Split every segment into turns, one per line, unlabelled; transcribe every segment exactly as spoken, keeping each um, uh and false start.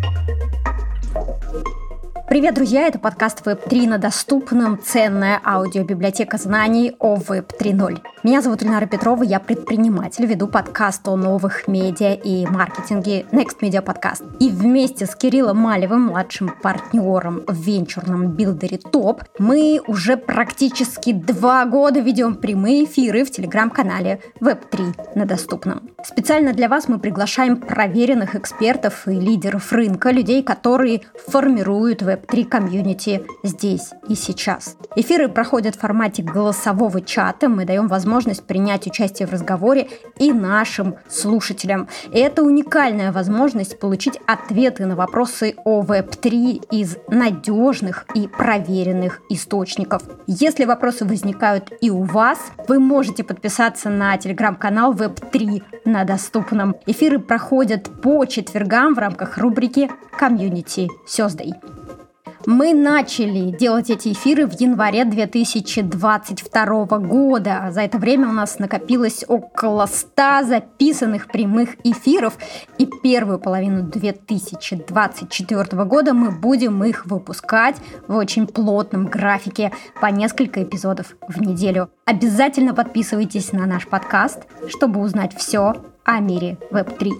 Привет, друзья! Это подкаст веб три на доступном, ценная аудиобиблиотека знаний о веб три ноль. Меня зовут Ильнара Петрова, я предприниматель, веду подкаст о новых медиа и маркетинге Next Media Podcast. И вместе с Кириллом Малевым, младшим партнером в венчурном билдере топ, мы уже практически два года ведем прямые эфиры в телеграм-канале веб три на доступном. Специально для вас мы приглашаем проверенных экспертов и лидеров рынка, людей, которые формируют веб три комьюнити здесь и сейчас. Эфиры проходят в формате голосового чата. Мы даем возможность принять участие в разговоре и нашим слушателям. И это уникальная возможность получить ответы на вопросы о веб три из надежных и проверенных источников. Если вопросы возникают и у вас, вы можете подписаться на телеграм-канал веб три на доступном. Эфиры проходят по четвергам в рамках рубрики «Комьюнити Сёздэй». Мы начали делать эти эфиры в январе две тысячи двадцать второго года. За это время у нас накопилось около ста записанных прямых эфиров. И первую половину две тысячи двадцать четвёртого года мы будем их выпускать в очень плотном графике по несколько эпизодов в неделю. Обязательно подписывайтесь на наш подкаст, чтобы узнать все о мире веб три.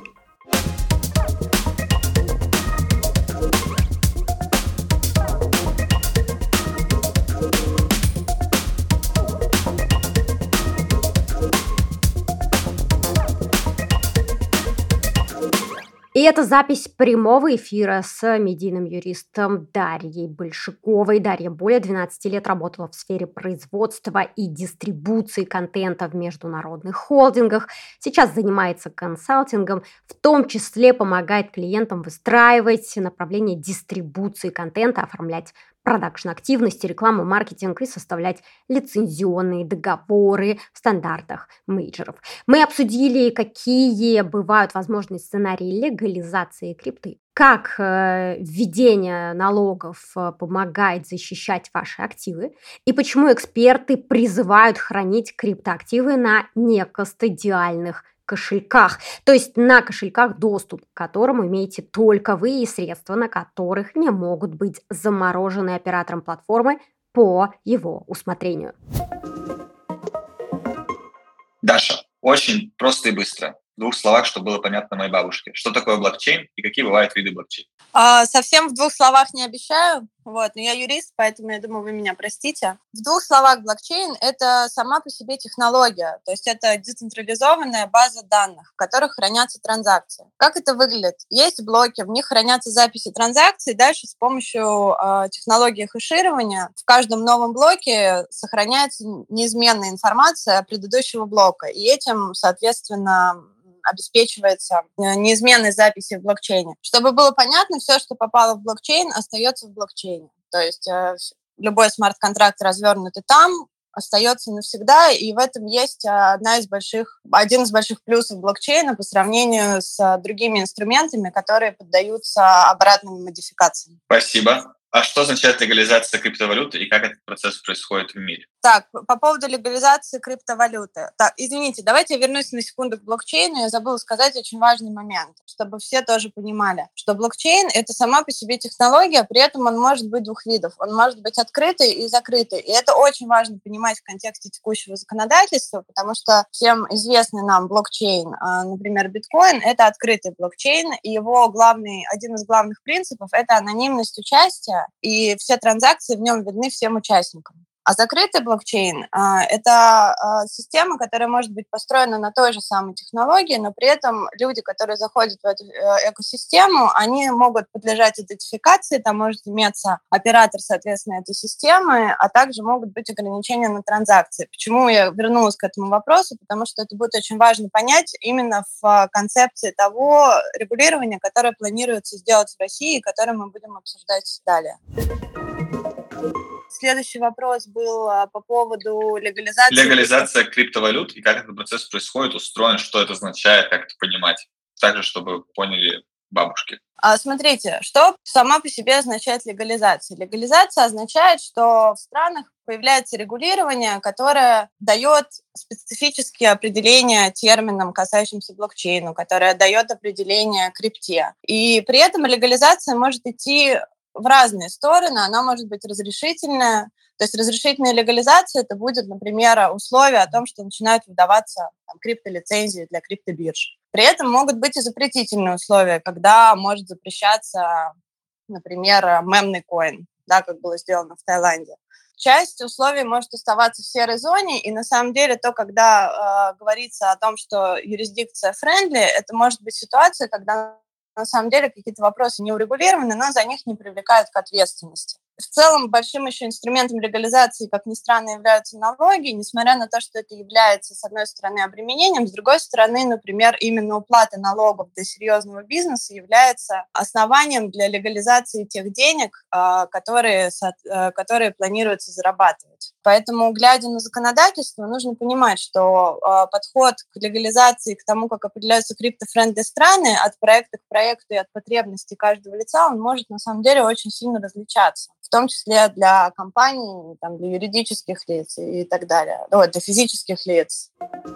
И это запись прямого эфира с медийным юристом Дарьей Большаковой. Дарья более двенадцати лет работала в сфере производства и дистрибуции контента в международных холдингах. Сейчас занимается консалтингом, в том числе помогает клиентам выстраивать направление дистрибуции контента, оформлять продакшн-активности, рекламу, маркетинг и составлять лицензионные договоры в стандартах мейджоров. Мы обсудили, какие бывают возможные сценарии легализации крипты, как э, введение налогов э, помогает защищать ваши активы и почему эксперты призывают хранить криптоактивы на некастодиальных кошельках, то есть на кошельках, доступ к которым имеете только вы и средства на которых не могут быть заморожены оператором платформы по его усмотрению.
Даша, очень просто и быстро. В двух словах, чтобы было понятно моей бабушке. Что такое блокчейн и какие бывают виды блокчейна?
А, совсем в двух словах не обещаю, вот, но я юрист, поэтому я думаю, вы меня простите. В двух словах блокчейн – это сама по себе технология, то есть это децентрализованная база данных, в которых хранятся транзакции. Как это выглядит? Есть блоки, в них хранятся записи транзакций, дальше с помощью э, технологии хэширования в каждом новом блоке сохраняется неизменная информация предыдущего блока, и этим, соответственно, обеспечивается неизменной записи в блокчейне. Чтобы было понятно, все, что попало в блокчейн, остается в блокчейне. То есть э, любой смарт-контракт, развернутый там, остается навсегда, и в этом есть одна из больших, один из больших плюсов блокчейна по сравнению с другими инструментами, которые поддаются обратным модификациям.
Спасибо. А что означает легализация криптовалюты и как этот процесс происходит в мире?
Так, по поводу легализации криптовалюты. Так, извините, давайте я вернусь на секунду к блокчейну. Я забыла сказать очень важный момент, чтобы все тоже понимали, что блокчейн — это сама по себе технология, при этом он может быть двух видов. Он может быть открытый и закрытый. И это очень важно понимать в контексте текущего законодательства, потому что всем известный нам блокчейн, например, биткоин, это открытый блокчейн, и его главный, один из главных принципов — это анонимность участия, и все транзакции в нем видны всем участникам. А закрытый блокчейн а, – это а, система, которая может быть построена на той же самой технологии, но при этом люди, которые заходят в эту э, экосистему, они могут подлежать идентификации, там может иметься оператор, соответственно, этой системы, а также могут быть ограничения на транзакции. Почему я вернулась к этому вопросу? Потому что это будет очень важно понять именно в концепции того регулирования, которое планируется сделать в России, и которое мы будем обсуждать далее. Следующий вопрос был по поводу легализации.
Легализация криптовалют и как этот процесс происходит, устроен, что это означает, как это понимать. Также, чтобы поняли бабушки.
Смотрите, что сама по себе означает легализация? Легализация означает, что в странах появляется регулирование, которое дает специфические определения терминам, касающимся блокчейна, которое дает определение крипте. И при этом легализация может идти в разные стороны, она может быть разрешительная. То есть разрешительная легализация – это будет, например, условие о том, что начинают выдаваться там, криптолицензии для криптобирж. При этом могут быть и запретительные условия, когда может запрещаться, например, мемный коин, да, как было сделано в Таиланде. Часть условий может оставаться в серой зоне, и на самом деле то, когда э, говорится о том, что юрисдикция friendly, это может быть ситуация, когда на самом деле какие-то вопросы не урегулированы, но за них не привлекают к ответственности. В целом, большим еще инструментом легализации, как ни странно, являются налоги, несмотря на то, что это является, с одной стороны, обременением, с другой стороны, например, именно уплата налогов для серьезного бизнеса является основанием для легализации тех денег, которые, которые планируется зарабатывать. Поэтому, глядя на законодательство, нужно понимать, что подход к легализации, к тому, как определяются крипто-френдли страны, от проекта к проекту и от потребностей каждого лица, он может, на самом деле, очень сильно различаться. В том числе для компаний, там, для юридических лиц и так далее, ну, для физических лиц.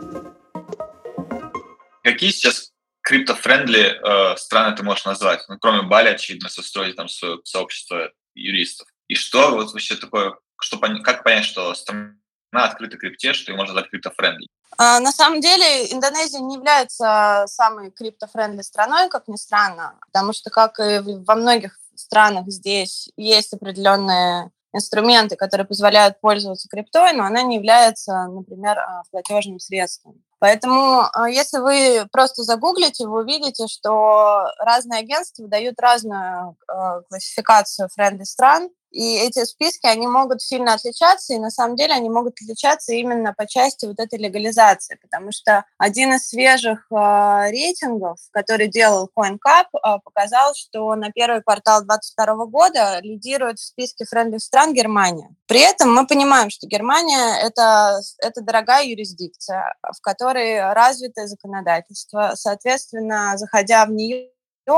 Какие сейчас крипто-френдли э, страны ты можешь назвать? Ну, кроме Бали, очевидно, устроить там свое сообщество юристов. И что вот вообще такое, что, как понять, что страна открыта крипте, что ее можно назвать крипто-френдли?
А, на самом деле Индонезия не является самой крипто-френдли страной, как ни странно, потому что, как и во многих странах, здесь есть определенные инструменты, которые позволяют пользоваться криптой, но она не является, например, платежным средством. Поэтому, если вы просто загуглите, вы увидите, что разные агентства дают разную классификацию френдли стран, и эти списки, они могут сильно отличаться, и на самом деле они могут отличаться именно по части вот этой легализации, потому что один из свежих э, рейтингов, который делал CoinCap, э, показал, что на первый квартал две тысячи двадцать второго года лидирует в списке френдли стран Германия. При этом мы понимаем, что Германия это, – это дорогая юрисдикция, в которой развитое законодательство. Соответственно, заходя в нее,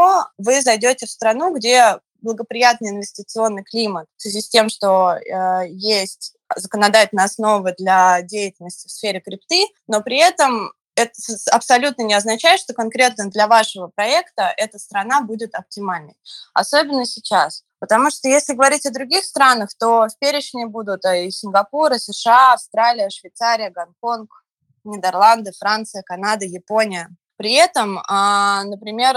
вы зайдете в страну, где благоприятный инвестиционный климат в связи с тем, что э, есть законодательные основы для деятельности в сфере крипты, но при этом это абсолютно не означает, что конкретно для вашего проекта эта страна будет оптимальной. Особенно сейчас. Потому что если говорить о других странах, то в перечне будут и Сингапур, и США, Австралия, Швейцария, Гонконг, Нидерланды, Франция, Канада, Япония. При этом, например,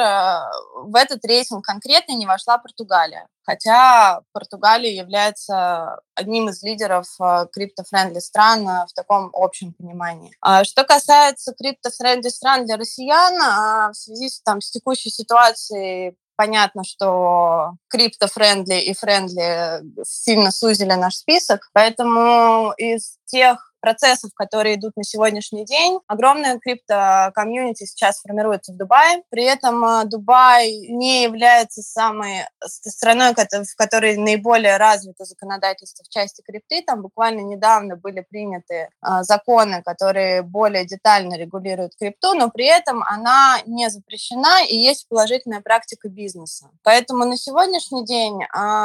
в этот рейтинг конкретно не вошла Португалия, хотя Португалия является одним из лидеров крипто-френдли стран в таком общем понимании. Что касается крипто-френдли стран для россиян, в связи с, там, с текущей ситуацией понятно, что крипто-френдли и френдли сильно сузили наш список, поэтому из тех процессов, которые идут на сегодняшний день. Огромная крипто-комьюнити сейчас формируется в Дубае. При этом Дубай не является самой страной, в которой наиболее развито законодательство в части крипты. Там буквально недавно были приняты законы, которые более детально регулируют крипту, но при этом она не запрещена и есть положительная практика бизнеса. Поэтому на сегодняшний день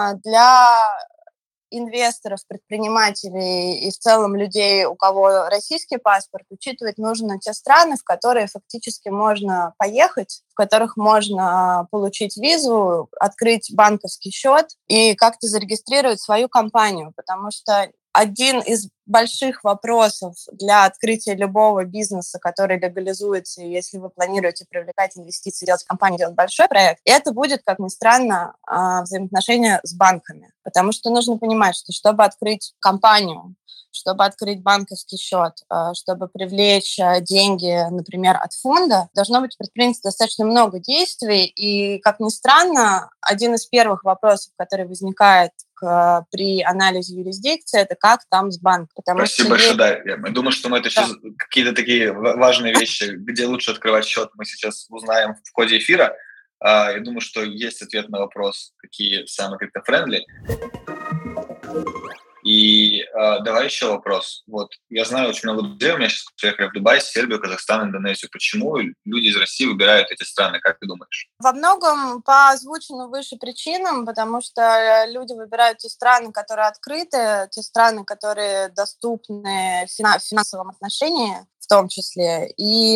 для инвесторов, предпринимателей и в целом людей, у кого российский паспорт, учитывать нужно те страны, в которые фактически можно поехать, в которых можно получить визу, открыть банковский счет и как-то зарегистрировать свою компанию, потому что один из больших вопросов для открытия любого бизнеса, который легализуется, если вы планируете привлекать инвестиции, делать компанию, делать большой проект, это будет, как ни странно, взаимоотношения с банками. Потому что нужно понимать, что чтобы открыть компанию, чтобы открыть банковский счет, чтобы привлечь деньги, например, от фонда, должно быть предпринято достаточно много действий. И, как ни странно, один из первых вопросов, который возникает к, при анализе юрисдикции, это как там с банком. Потому
Спасибо большое, да. Я думаю, что мы это да. сейчас какие-то такие важные вещи, где лучше открывать счет, мы сейчас узнаем в ходе эфира. Я думаю, что есть ответ на вопрос, какие самые крипто-френдли. И э, давай еще вопрос. Вот я знаю очень много друзей, у меня сейчас приехали в Дубай, Сербию, Казахстан, Индонезию. Почему люди из России выбирают эти страны, как ты думаешь?
Во многом по озвученным выше причинам, потому что люди выбирают те страны, которые открыты, те страны, которые доступны в финансовом отношении, в том числе,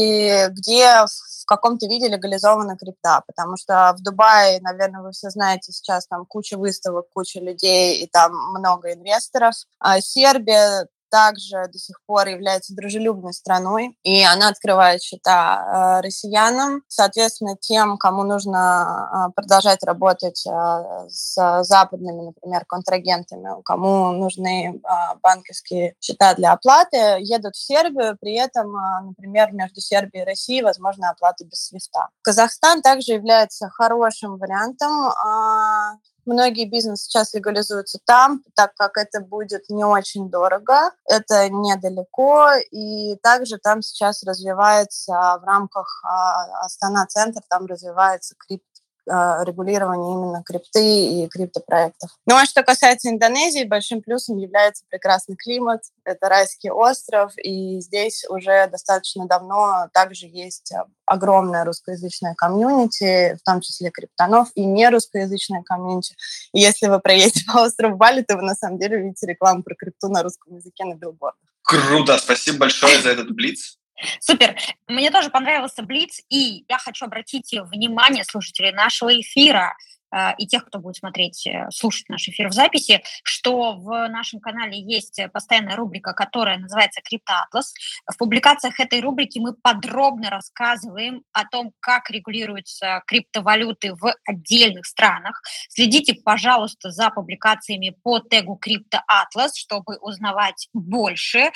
и где в каком-то виде легализована крипта, потому что в Дубае, наверное, вы все знаете, сейчас там куча выставок, куча людей, и там много инвесторов. А Сербия также до сих пор является дружелюбной страной, и она открывает счета э, россиянам, соответственно, тем, кому нужно э, продолжать работать э, с западными, например, контрагентами, кому нужны э, банковские счета для оплаты, едут в Сербию, при этом, э, например, между Сербией и Россией возможна оплата без свифта. Казахстан также является хорошим вариантом. Э, Многие бизнесы сейчас легализуются там, так как это будет не очень дорого, это недалеко, и также там сейчас развивается в рамках Астана-центр, там развивается крипто регулирование именно крипты и криптопроектов. Ну а что касается Индонезии, большим плюсом является прекрасный климат, это райский остров, и здесь уже достаточно давно также есть огромное русскоязычное комьюнити, в том числе криптонов, и нерусскоязычное комьюнити. И если вы проедете по острову Бали, то вы на самом деле увидите рекламу про крипту на русском языке на билбордах.
Круто, спасибо большое за этот блиц.
Супер. Мне тоже понравился блиц, и я хочу обратить внимание слушателей нашего эфира э, и тех, кто будет смотреть, слушать наш эфир в записи, что в нашем канале есть постоянная рубрика, которая называется «Криптоатлас». В публикациях этой рубрики мы подробно рассказываем о том, как регулируются криптовалюты в отдельных странах. Следите, пожалуйста, за публикациями по тегу «Криптоатлас», чтобы узнавать больше.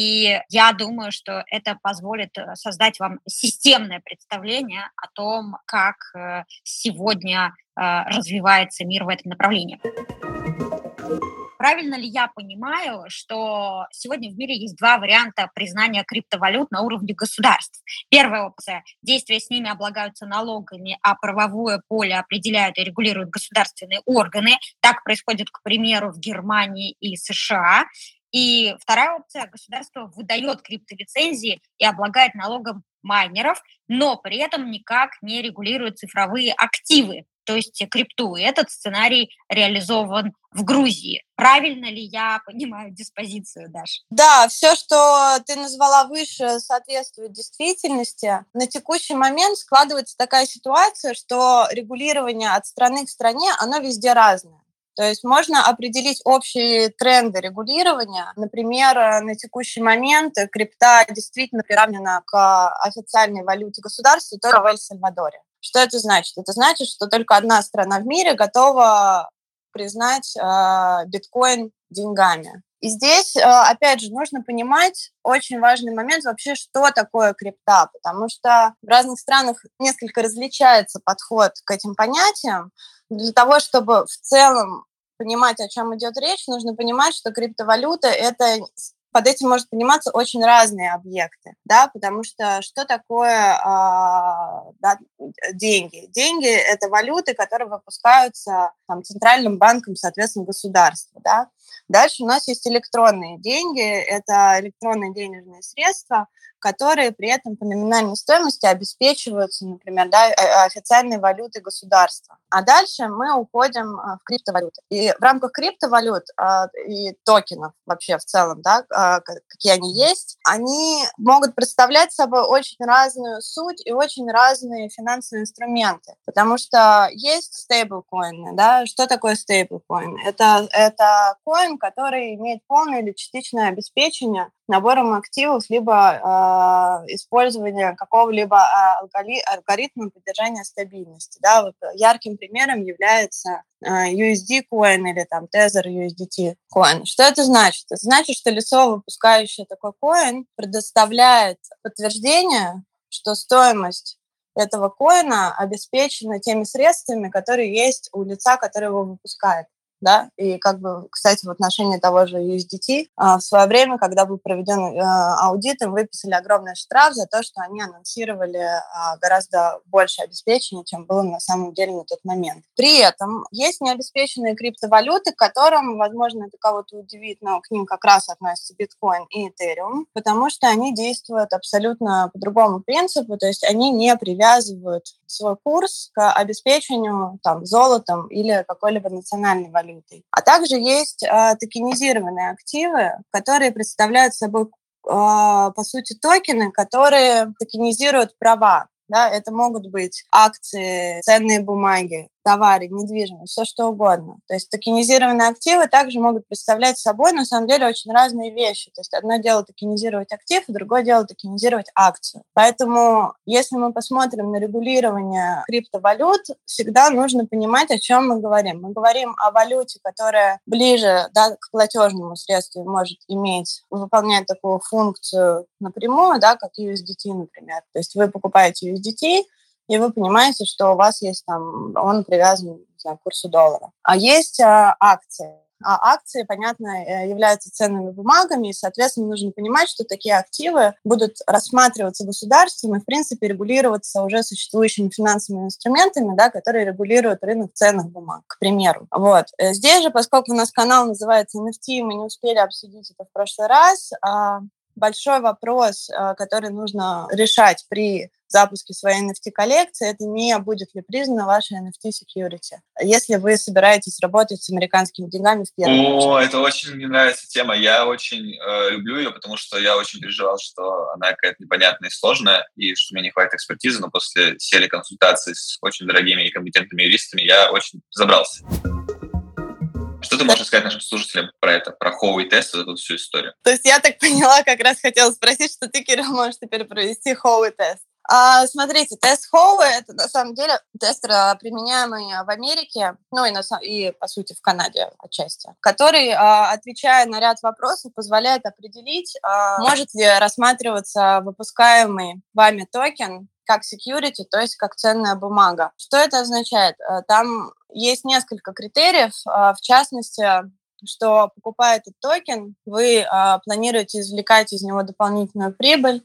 И я думаю, что это позволит создать вам системное представление о том, как сегодня развивается мир в этом направлении. Правильно ли я понимаю, что сегодня в мире есть два варианта признания криптовалют на уровне государств? Первая опция – действия с ними облагаются налогами, а правовое поле определяют и регулируют государственные органы. Так происходит, к примеру, в Германии и США. И вторая опция – государство выдает криптолицензии и облагает налогом майнеров, но при этом никак не регулирует цифровые активы, то есть крипту. И этот сценарий реализован в Грузии. Правильно ли я понимаю диспозицию, Даша?
Да, все, что ты назвала выше, соответствует действительности. На текущий момент складывается такая ситуация, что регулирование от страны к стране, оно везде разное. То есть можно определить общие тренды регулирования. Например, на текущий момент крипта действительно приравнена к официальной валюте государства только в Эль-Сальвадоре. Что это значит? Это значит, что только одна страна в мире готова признать э, биткоин деньгами. И здесь, э, опять же, нужно понимать очень важный момент вообще, что такое крипта, потому что в разных странах несколько различается подход к этим понятиям. Для того, чтобы в целом понимать, о чем идет речь, нужно понимать, что криптовалюта – это... Под этим может пониматься очень разные объекты, да, потому что что такое э, да, деньги? Деньги – это валюты, которые выпускаются там, центральным банком, соответственно, государства, да. Дальше у нас есть электронные деньги, это электронные денежные средства, которые при этом по номинальной стоимости обеспечиваются, например, да, официальной валютой государства. А дальше мы уходим в криптовалюты. И в рамках криптовалют и токенов вообще в целом, да, какие они есть, они могут представлять собой очень разную суть и очень разные финансовые инструменты. Потому что есть стейблкоины, да, что такое стейблкоин? Это, это коин, который имеет полное или частичное обеспечение набором активов, либо э, использование какого-либо алгори- алгоритма поддержания стабильности. Да? Вот ярким примером является э, ю эс ди-коин или там Tether ю эс ди ти-коин. Что это значит? Это значит, что лицо, выпускающее такой коин, предоставляет подтверждение, что стоимость этого коина обеспечена теми средствами, которые есть у лица, которое его выпускает. да, и как бы, кстати, в отношении того же ю эс ди ти, в свое время, когда был проведен аудит, им выписали огромный штраф за то, что они анонсировали гораздо больше обеспечения, чем было на самом деле на тот момент. При этом есть необеспеченные криптовалюты, которым, возможно, это кого-то удивит, но к ним как раз относятся биткоин и этериум, потому что они действуют абсолютно по другому принципу, то есть они не привязывают свой курс к обеспечению там, золотом или какой-либо национальной валютой. А также есть э, токенизированные активы, которые представляют собой, э, по сути, токены, которые токенизируют права. Да? Это могут быть акции, ценные бумаги, товары, недвижимость, все что угодно. То есть токенизированные активы также могут представлять собой, на самом деле, очень разные вещи. То есть одно дело токенизировать актив, а другое дело токенизировать акцию. Поэтому, если мы посмотрим на регулирование криптовалют, всегда нужно понимать, о чем мы говорим. Мы говорим о валюте, которая ближе, да, к платежному средству может иметь, выполнять такую функцию напрямую, да, как ю эс ди ти, например. То есть вы покупаете ю эс ди ти, и вы понимаете, что у вас есть там, он привязан, не знаю, к курсу доллара. А есть а, акции. А акции, понятно, являются ценными бумагами, и, соответственно, нужно понимать, что такие активы будут рассматриваться государством и, в принципе, регулироваться уже существующими финансовыми инструментами, да, которые регулируют рынок ценных бумаг, к примеру. Вот. Здесь же, поскольку у нас канал называется эн эф ти, мы не успели обсудить это в прошлый раз, большой вопрос, который нужно решать при запуске своей эн эф ти-коллекции, это не будет ли признана ваша эн эф ти-security, если вы собираетесь работать с американскими деньгами в первую очередь.
О, это очень мне нравится тема. Я очень э, люблю ее, потому что я очень переживал, что она какая-то непонятная и сложная, и что мне не хватит экспертизы, но после серии консультаций с очень дорогими и компетентными юристами я очень разобрался. Что ты можешь сказать нашим слушателям про это, про Howey тест, вот эту всю историю?
То есть я так поняла, как раз хотела спросить, что ты, Кирилл, можешь теперь провести Howey тест. А, смотрите, тест Howey – это на самом деле тест, применяемый в Америке, ну и, на, и по сути в Канаде отчасти, который, а, отвечая на ряд вопросов, позволяет определить, а, может ли рассматриваться выпускаемый вами токен как security, то есть как ценная бумага. Что это означает? Там есть несколько критериев, в частности, что, покупая этот токен, вы планируете извлекать из него дополнительную прибыль,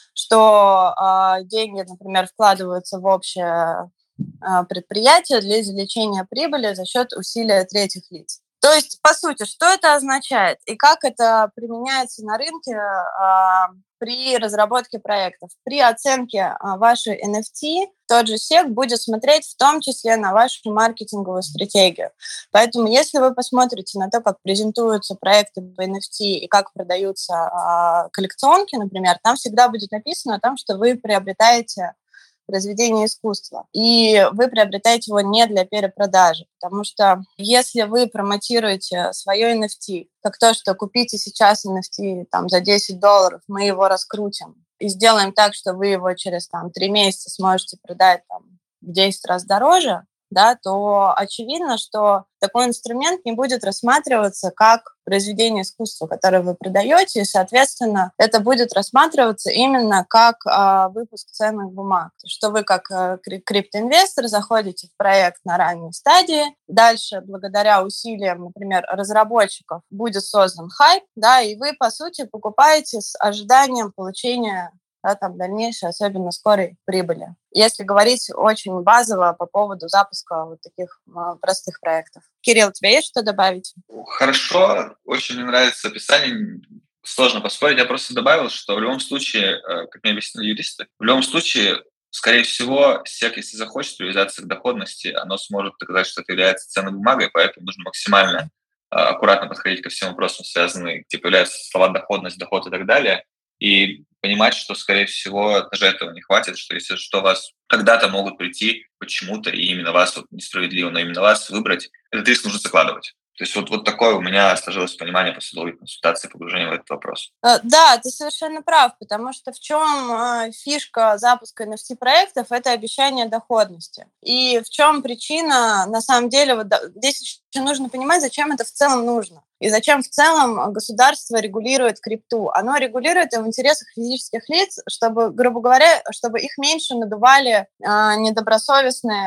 что деньги, например, вкладываются в общее предприятие для извлечения прибыли за счет усилия третьих лиц. То есть, по сути, что это означает и как это применяется на рынке а, при разработке проектов? При оценке а, вашей эн эф ти тот же сек будет смотреть в том числе на вашу маркетинговую стратегию. Поэтому, если вы посмотрите на то, как презентуются проекты по эн эф ти и как продаются а, коллекционки, например, там всегда будет написано о том, что вы приобретаете произведение искусства. И вы приобретаете его не для перепродажи, потому что если вы промотируете свое эн эф ти, как то, что купите сейчас эн эф ти там, за десять долларов, мы его раскрутим и сделаем так, что вы его через там, три месяца сможете продать там, в десять раз дороже, да, то очевидно, что такой инструмент не будет рассматриваться как произведение искусства, которое вы продаете, и, соответственно, это будет рассматриваться именно как э, выпуск ценных бумаг. Что вы, как э, криптоинвестор, заходите в проект на ранней стадии, дальше, благодаря усилиям, например, разработчиков, будет создан хайп, да, и вы, по сути, покупаете с ожиданием получения да, там, дальнейшей, особенно скорой прибыли. Если говорить очень базово по поводу запуска вот таких э, простых проектов. Кирилл, у тебя есть что добавить?
Хорошо, очень мне нравится описание. Сложно поспорить. Я просто добавил, что в любом случае, как мне объяснили юристы, в любом случае, скорее всего, сек, если захочет привязаться к доходности, оно сможет доказать, что это является ценной бумагой, поэтому нужно максимально аккуратно подходить ко всем вопросам, связанным, где появляются слова доходность, доход и так далее, и понимать, что, скорее всего, даже этого не хватит, что если что, вас когда-то могут прийти почему-то, и именно вас, вот, несправедливо, но именно вас выбрать, этот риск нужно закладывать. То есть вот, вот такое у меня сложилось понимание после долгой консультации, погружения в этот вопрос.
Да, ты совершенно прав, потому что в чем фишка запуска эн эф ти-проектов – это обещание доходности. И в чем причина, на самом деле, вот здесь еще нужно понимать, зачем это в целом нужно. И зачем в целом государство регулирует крипту? Оно регулирует в интересах физических лиц, чтобы, грубо говоря, чтобы их меньше надували э, недобросовестные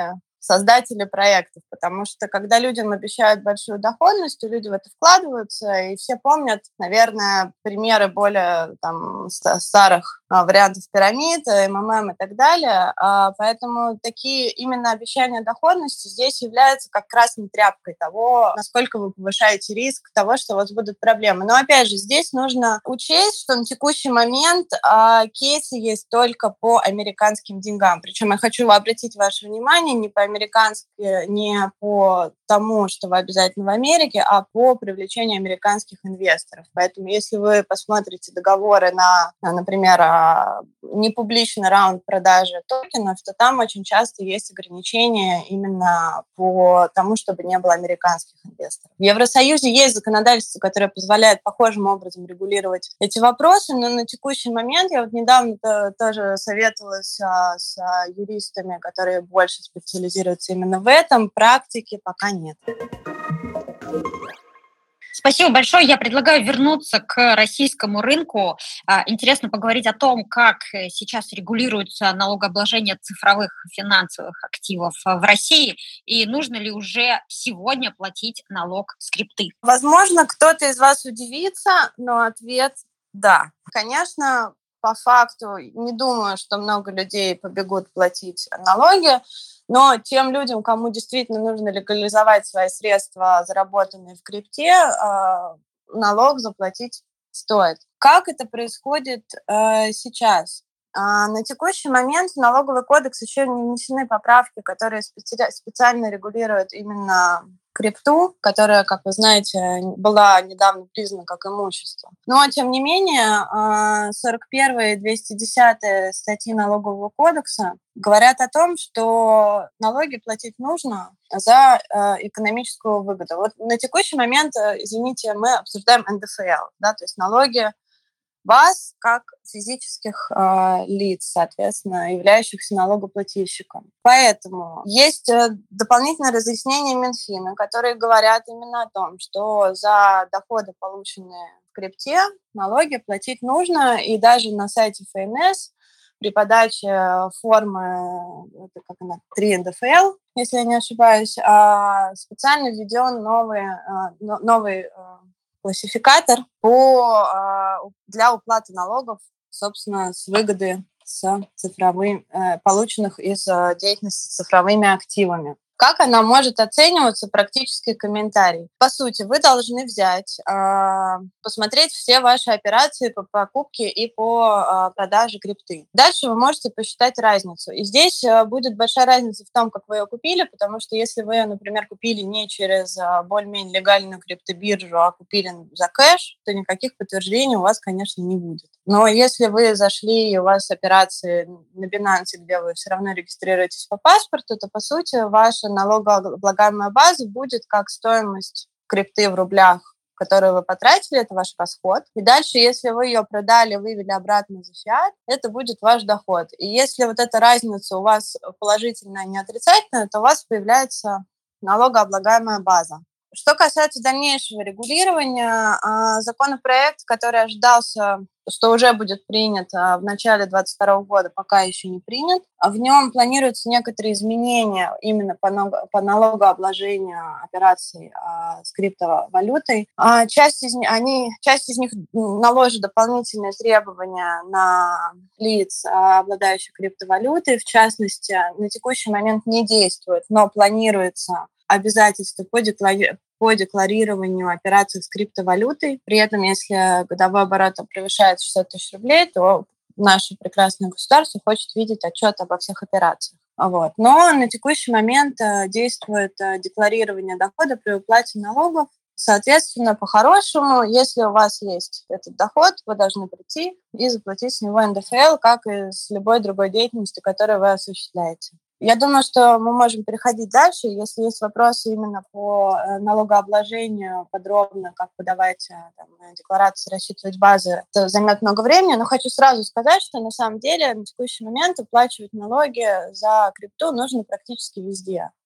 создатели проектов, потому что когда людям обещают большую доходность, то люди в это вкладываются, и все помнят, наверное, примеры более там, старых а, вариантов пирамид, эм эм эм и так далее. А, поэтому такие именно обещания доходности здесь являются как красной тряпкой того, насколько вы повышаете риск того, что у вас будут проблемы. Но опять же, здесь нужно учесть, что на текущий момент а, кейсы есть только по американским деньгам. Причем я хочу обратить ваше внимание не по американски, не по тому, что вы обязательно в Америке, а по привлечению американских инвесторов. Поэтому если вы посмотрите договоры на, например, непубличный раунд продажи токенов, то там очень часто есть ограничения именно по тому, чтобы не было американских инвесторов. В Евросоюзе есть законодательство, которое позволяет похожим образом регулировать эти вопросы, но на текущий момент я вот недавно тоже советовалась с юристами, которые больше специализируются именно в этом, практики пока нет.
Спасибо большое. Я предлагаю вернуться к российскому рынку. Интересно поговорить о том, как сейчас регулируется налогообложение цифровых финансовых активов в России и нужно ли уже сегодня платить налог с крипты.
Возможно, кто-то из вас удивится, но ответ – да. Конечно, по факту не думаю, что много людей побегут платить налоги, но тем людям, кому действительно нужно легализовать свои средства, заработанные в крипте, налог заплатить стоит. Как это происходит сейчас? На текущий момент в налоговый кодекс еще не внесены поправки, которые специально регулируют именно крипту, которая, как вы знаете, была недавно признана как имущество. Но, тем не менее, сорок первая и двести десятая статьи Налогового кодекса говорят о том, что налоги платить нужно за экономическую выгоду. Вот на текущий момент, извините, мы обсуждаем эн дэ эф эл, да, то есть налоги вас как физических э, лиц, соответственно, являющихся налогоплательщиком. Поэтому есть э, дополнительное разъяснение Минфина, которые говорят именно о том, что за доходы, полученные в крипте, налоги платить нужно, и даже на сайте эф эн эс при подаче формы, это как она, три эн дэ эф эл, если я не ошибаюсь, специально введен новый, новый классификатор по, для уплаты налогов, собственно, с выгоды с цифровыми, полученных из деятельности с цифровыми активами. Как она может оцениваться? Практический комментарий. По сути, вы должны взять, посмотреть все ваши операции по покупке и по продаже крипты. Дальше вы можете посчитать разницу. И здесь будет большая разница в том, как вы ее купили, потому что если вы, например, купили не через более-менее легальную криптобиржу, а купили за кэш, то никаких подтверждений у вас, конечно, не будет. Но если вы зашли, и у вас операции на Binance, где вы все равно регистрируетесь по паспорту, то, по сути, ваша налогооблагаемая база будет как стоимость крипты в рублях, которую вы потратили, это ваш расход. И дальше, если вы ее продали, вывели обратно за фиат, это будет ваш доход. И если вот эта разница у вас положительная, а не отрицательная, то у вас появляется налогооблагаемая база. Что касается дальнейшего регулирования, законопроект, который ожидался, что уже будет принят в начале двадцать второго года, пока еще не принят. В нем планируются некоторые изменения именно по налогообложению операций с криптовалютой. Часть из, они, часть из них наложит дополнительные требования на лиц, обладающих криптовалютой. В частности, на текущий момент не действует, но планируется обязательства по декларированию по декларированию операций с криптовалютой. При этом, если годовой оборот превышает шестьсот тысяч рублей, то наше прекрасное государство хочет видеть отчет обо всех операциях. Вот. Но на текущий момент действует декларирование дохода при уплате налогов. Соответственно, по-хорошему, если у вас есть этот доход, вы должны прийти и заплатить с него эн дэ эф эл, как и с любой другой деятельностью, которую вы осуществляете. Я думаю, что мы можем переходить дальше. Если есть вопросы именно по налогообложению подробно, как подавать там, декларации, рассчитывать базы, это займет много времени. Но хочу сразу сказать, что на самом деле на текущий момент уплачивать налоги за крипту нужно практически везде.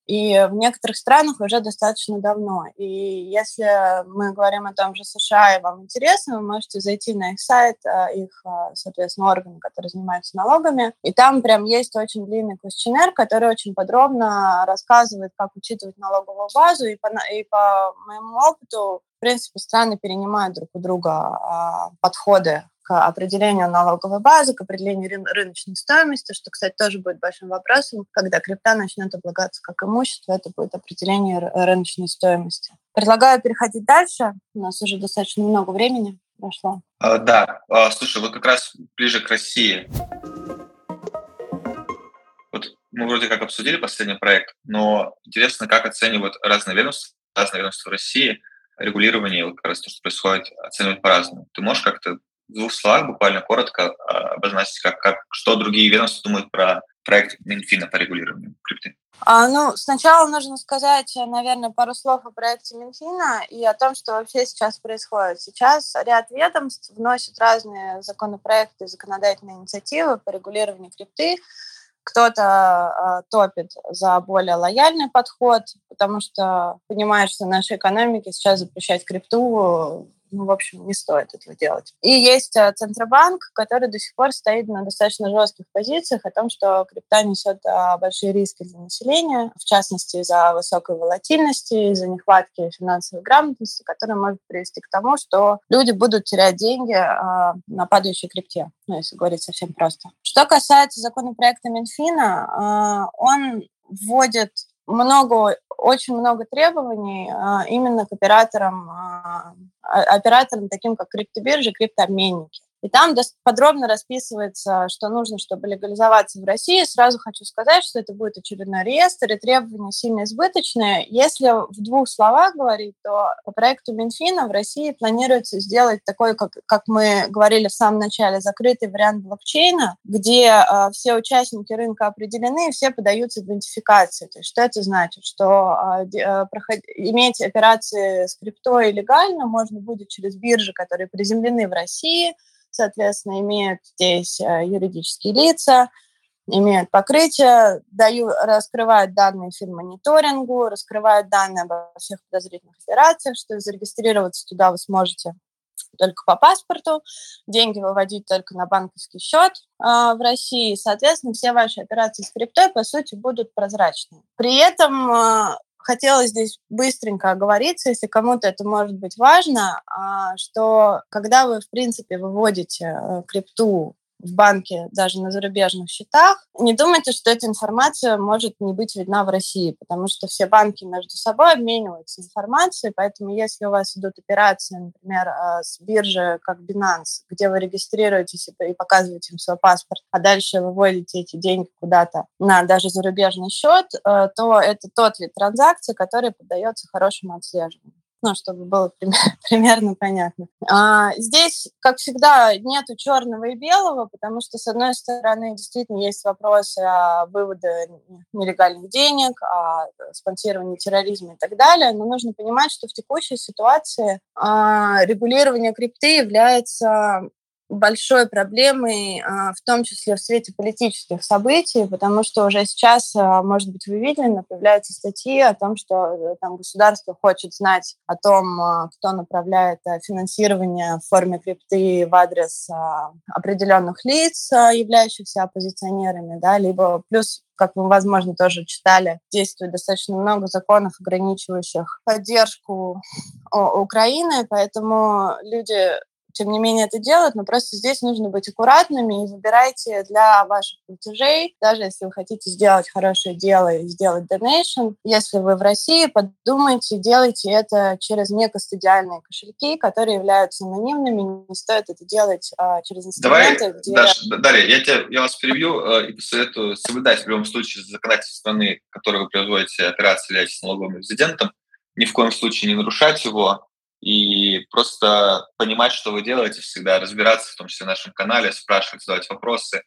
И в некоторых странах уже достаточно давно. И если мы говорим о том же США, и вам интересно, вы можете зайти на их сайт, их, соответственно, органы, которые занимаются налогами. И там прям есть очень длинный квестионер, который очень подробно рассказывает, как учитывать налоговую базу. И по, и по моему опыту, в принципе, страны перенимают друг у друга подходы к определению налоговой базы, к определению рыночной стоимости, что, кстати, тоже будет большим вопросом. Когда крипта начнет облагаться как имущество, это будет определение рыночной стоимости. Предлагаю переходить дальше. У нас уже достаточно много времени прошло.
А, да. А, слушай, вот как раз ближе к России. Вот мы вроде как обсудили последний проект, но интересно, как оценивают разные ведомства, разные ведомства России, регулирование, вот как раз то, что происходит, оценивать по-разному. Ты можешь как-то в двух словах буквально коротко обозначить, как, как, что другие ведомства думают про проект Минфина по регулированию крипты?
А, ну, сначала нужно сказать, наверное, пару слов о проекте Минфина и о том, что вообще сейчас происходит. Сейчас ряд ведомств вносят разные законопроекты, законодательные инициативы по регулированию крипты. Кто-то э, топит за более лояльный подход, потому что понимает, что в нашей экономике сейчас запрещать крипту, ну, в общем, не стоит этого делать. И есть э, Центробанк, который до сих пор стоит на достаточно жестких позициях о том, что крипта несет э, большие риски для населения, в частности, из-за высокой волатильности, из-за нехватки финансовой грамотности, которая может привести к тому, что люди будут терять деньги э, на падающей крипте, ну, если говорить совсем просто. Что касается законопроекта Минфина, э, он вводит много, очень много требований а, именно к операторам, а, операторам таким как криптобиржи, криптообменники. И там подробно расписывается, что нужно, чтобы легализоваться в России. Сразу хочу сказать, что это будет очередной реестр, и требования сильно избыточные. Если в двух словах говорить, то по проекту Минфина в России планируется сделать такой, как, как мы говорили в самом начале, закрытый вариант блокчейна, где э, все участники рынка определены, и все подаются идентификации. То есть что это значит? Что э, проход... иметь операции с криптой легально можно будет через биржи, которые приземлены в России, соответственно, имеют здесь юридические лица, имеют покрытие, дают, раскрывают данные финмониторингу, раскрывают данные обо всех подозрительных операциях, что зарегистрироваться туда вы сможете только по паспорту, деньги выводить только на банковский счет э, в России. Соответственно, все ваши операции с криптой, по сути, будут прозрачны. При этом э, хотелось здесь быстренько оговориться, если кому-то это может быть важно, что когда вы, в принципе, выводите крипту в банке, даже на зарубежных счетах, не думайте, что эта информация может не быть видна в России, потому что все банки между собой обмениваются информацией, поэтому если у вас идут операции, например, с биржи, как Binance, где вы регистрируетесь и показываете им свой паспорт, а дальше выводите эти деньги куда-то на даже зарубежный счет, то это тот вид транзакций, который поддается хорошему отслеживанию. Ну, чтобы было примерно понятно. А, здесь, как всегда, нету черного и белого, потому что, с одной стороны, действительно есть вопросы о выводе нелегальных денег, о спонсировании терроризма и так далее, но нужно понимать, что в текущей ситуации а, регулирование крипты является большой проблемой, в том числе в свете политических событий, потому что уже сейчас, может быть, вы видели, появляются статьи о том, что там государство хочет знать о том, кто направляет финансирование в форме крипты в адрес определенных лиц, являющихся оппозиционерами, да, либо плюс, как вы, возможно, тоже читали, действует достаточно много законов, ограничивающих поддержку Украины, поэтому люди тем не менее это делают, но просто здесь нужно быть аккуратными и выбирайте для ваших платежей, даже если вы хотите сделать хорошее дело и сделать donation, если вы в России, подумайте, делайте это через некастодиальные кошельки, которые являются анонимными, не стоит это делать а, через инструменты.
Давай,
где...
Даш, Дарья, я, тебя, я вас перебью э, и посоветую соблюдать в любом случае законодательство страны, в которой вы производите операции, являетесь налоговым резидентом, ни в коем случае не нарушать его, и просто понимать, что вы делаете, всегда разбираться, в том числе в нашем канале, спрашивать, задавать вопросы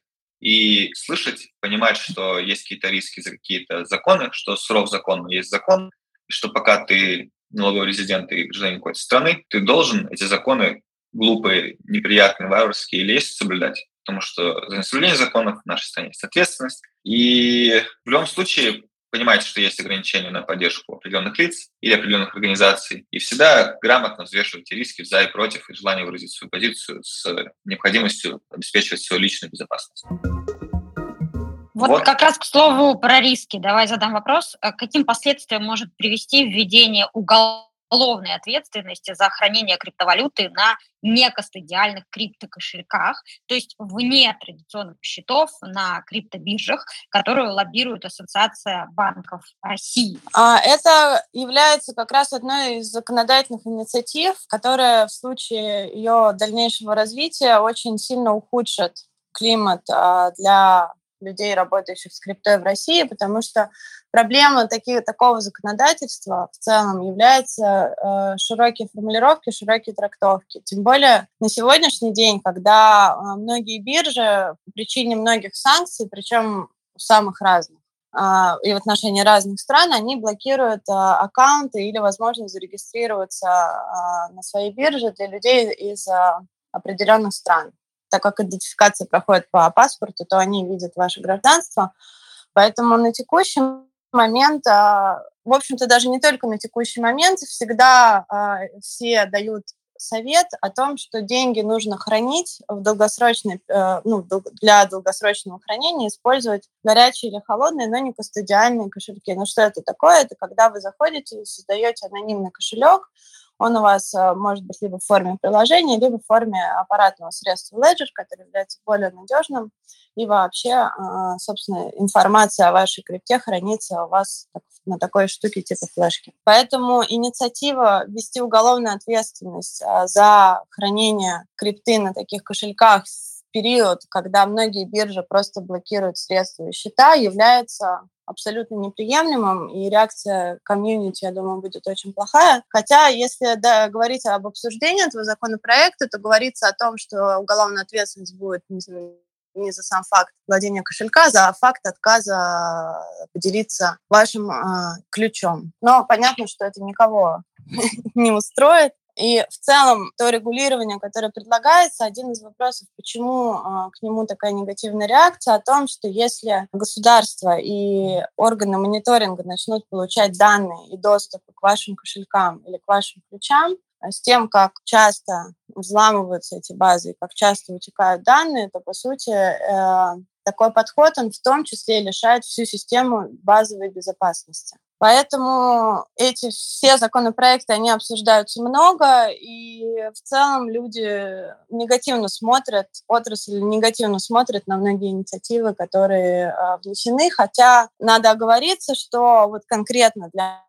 и слышать, понимать, что есть какие-то риски за какие-то законы, что суров закон, но есть закон, и что пока ты налоговый резидент и гражданин какой-то страны, ты должен эти законы глупые, неприятные, варварские лезть соблюдать, потому что за несоблюдение законов в нашей стране есть ответственность. И в любом случае понимаете, что есть ограничения на поддержку определенных лиц или определенных организаций, и всегда грамотно взвешивайте риски за и против, и желание выразить свою позицию с необходимостью обеспечивать свою личную безопасность.
Вот, вот как раз к слову про риски. Давай задам вопрос. К каким последствиям может привести введение уголовной ответственности за хранение криптовалюты на некастодиальных криптокошельках, то есть вне традиционных счетов на криптобиржах, которую лоббирует Ассоциация банков России?
Это является как раз одной из законодательных инициатив, которая в случае ее дальнейшего развития очень сильно ухудшит климат для людей, работающих с криптой в России, потому что проблема таких, такого законодательства в целом является э, широкие формулировки, широкие трактовки. Тем более на сегодняшний день, когда э, многие биржи по причине многих санкций, причем самых разных, э, и в отношении разных стран, они блокируют э, аккаунты или возможность зарегистрироваться э, на своей бирже для людей из э, определенных стран. Так как идентификация проходит по паспорту, то они видят ваше гражданство. Поэтому на текущий момент, в общем-то, даже не только на текущий момент, всегда все дают совет о том, что деньги нужно хранить в долгосрочной, ну, для долгосрочного хранения, использовать горячие или холодные, но не кастодиальные кошельки. Ну что это такое? Это когда вы заходите и создаете анонимный кошелек. Он у вас может быть либо в форме приложения, либо в форме аппаратного средства Ledger, который является более надежным. И вообще, собственно, информация о вашей крипте хранится у вас на такой штуке типа флешки. Поэтому инициатива ввести уголовную ответственность за хранение крипты на таких кошельках в период, когда многие биржи просто блокируют средства и счета, является абсолютно неприемлемым, и реакция комьюнити, я думаю, будет очень плохая. Хотя, если да, говорить об обсуждении этого законопроекта, то говорится о том, что уголовная ответственность будет не, не за сам факт владения кошелька, а за факт отказа поделиться вашим э, ключом. Но понятно, что это никого не устроит. И в целом то регулирование, которое предлагается, один из вопросов, почему э, к нему такая негативная реакция, о том, что если государство и органы мониторинга начнут получать данные и доступ к вашим кошелькам или к вашим ключам, с тем, как часто взламываются эти базы и как часто утекают данные, то, по сути, э, такой подход, он в том числе и лишает всю систему базовой безопасности. Поэтому эти все законопроекты, они обсуждаются много, и в целом люди негативно смотрят, отрасль негативно смотрит на многие инициативы, которые э, внесены, хотя надо оговориться, что вот конкретно для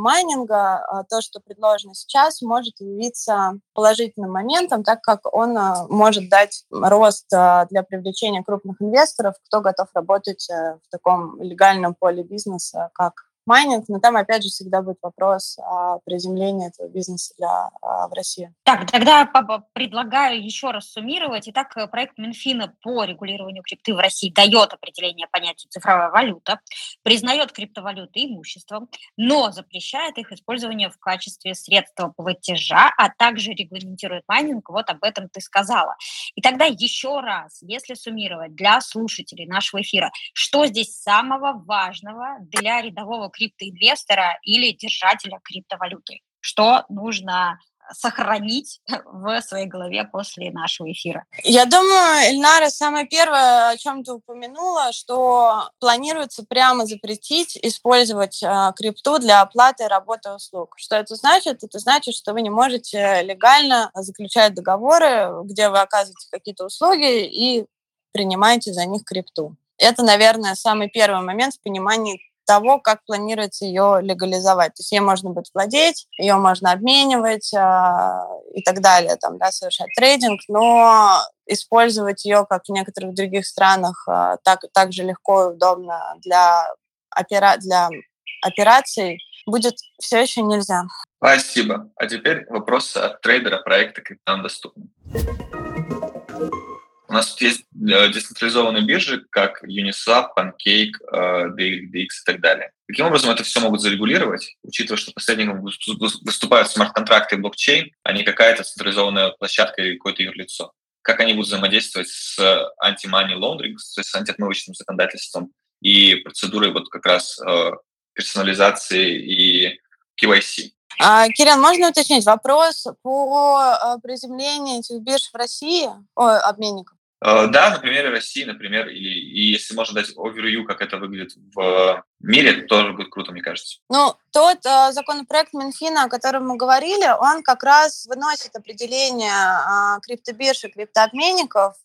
майнинга то, что предложено сейчас, может явиться положительным моментом, так как он может дать рост для привлечения крупных инвесторов, кто готов работать в таком легальном поле бизнеса, как майнинг, но там, опять же, всегда будет вопрос о приземлении этого бизнеса для, в России.
Так, тогда предлагаю еще раз суммировать. Итак, проект Минфина по регулированию крипты в России дает определение понятия цифровая валюта, признает криптовалюты имуществом, но запрещает их использование в качестве средства платежа, а также регламентирует майнинг. Вот об этом ты сказала. И тогда еще раз, если суммировать для слушателей нашего эфира, что здесь самого важного для рядового криптоинвестора или держателя криптовалюты? Что нужно сохранить в своей голове после нашего эфира?
Я думаю, Эльнара, самое первое, о чем ты упомянула, что планируется прямо запретить использовать э, крипту для оплаты работы услуг. Что это значит? Это значит, что вы не можете легально заключать договоры, где вы оказываете какие-то услуги и принимаете за них крипту. Это, наверное, самый первый момент в понимании того, как планируется ее легализовать. То есть ей можно будет владеть, ее можно обменивать э, и так далее, там, да, совершать трейдинг, но использовать ее, как в некоторых других странах, э, так, так же легко и удобно для, опера... для операций будет все еще нельзя.
Спасибо. А теперь вопрос от трейдера проекта «Криптам доступен». У нас тут есть децентрализованные биржи, как Uniswap, Pancake, ди эл икс и так далее. Каким образом это все могут зарегулировать, учитывая, что посредником выступают смарт-контракты и блокчейн, а не какая-то централизованная площадка или какое-то юрлицо? Как они будут взаимодействовать с anti-money laundering, то есть с антиотмывочным законодательством и процедурой вот как раз персонализации и кей вай си.
А, Кирилл, можно уточнить вопрос по а, приземлению этих бирж в России, о, обменников?
Да, на примере России, например, или и если можно дать овервью, как это выглядит в мире, то тоже будет круто, мне кажется.
Ну, тот э, законопроект Минфина, о котором мы говорили, он как раз выносит определение э, криптобирж и криптообменников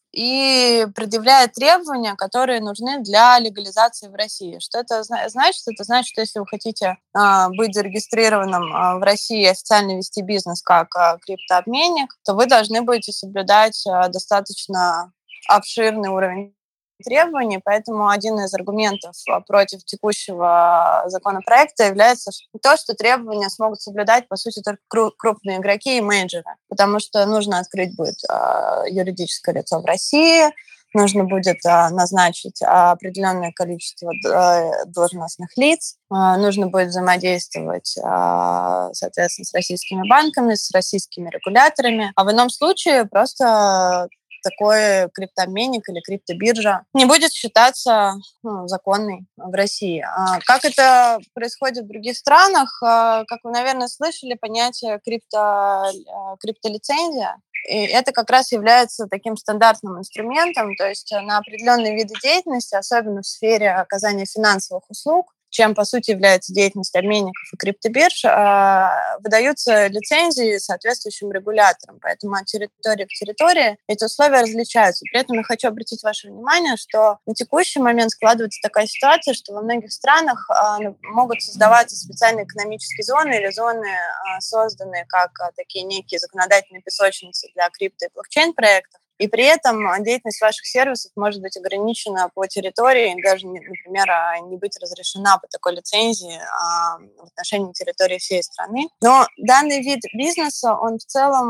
и предъявляет требования, которые нужны для легализации в России. Что это значит? Это значит, что если вы хотите э, быть зарегистрированным э, в России и официально вести бизнес как э, криптообменник, то вы должны будете соблюдать э, достаточно обширный уровень требований, поэтому один из аргументов против текущего законопроекта является то, что требования смогут соблюдать, по сути, только крупные игроки и менеджеры, потому что нужно открыть будет юридическое лицо в России, нужно будет назначить определенное количество должностных лиц, нужно будет взаимодействовать, соответственно, с российскими банками, с российскими регуляторами, а в ином случае просто такой криптообменник или криптобиржа не будет считаться ну, законной в России. А как это происходит в других странах? Как вы, наверное, слышали, понятие крипто, криптолицензия. И это как раз является таким стандартным инструментом, то есть на определенные виды деятельности, особенно в сфере оказания финансовых услуг, чем, по сути, является деятельность обменников и криптобирж, выдаются лицензии соответствующим регуляторам. Поэтому от территории к территории эти условия различаются. При этом я хочу обратить ваше внимание, что на текущий момент складывается такая ситуация, что во многих странах могут создаваться специальные экономические зоны или зоны, созданные как такие некие законодательные песочницы для крипто- и блокчейн-проектов. И при этом деятельность ваших сервисов может быть ограничена по территории, даже, например, не быть разрешена по такой лицензии в отношении территории всей страны. Но данный вид бизнеса, он в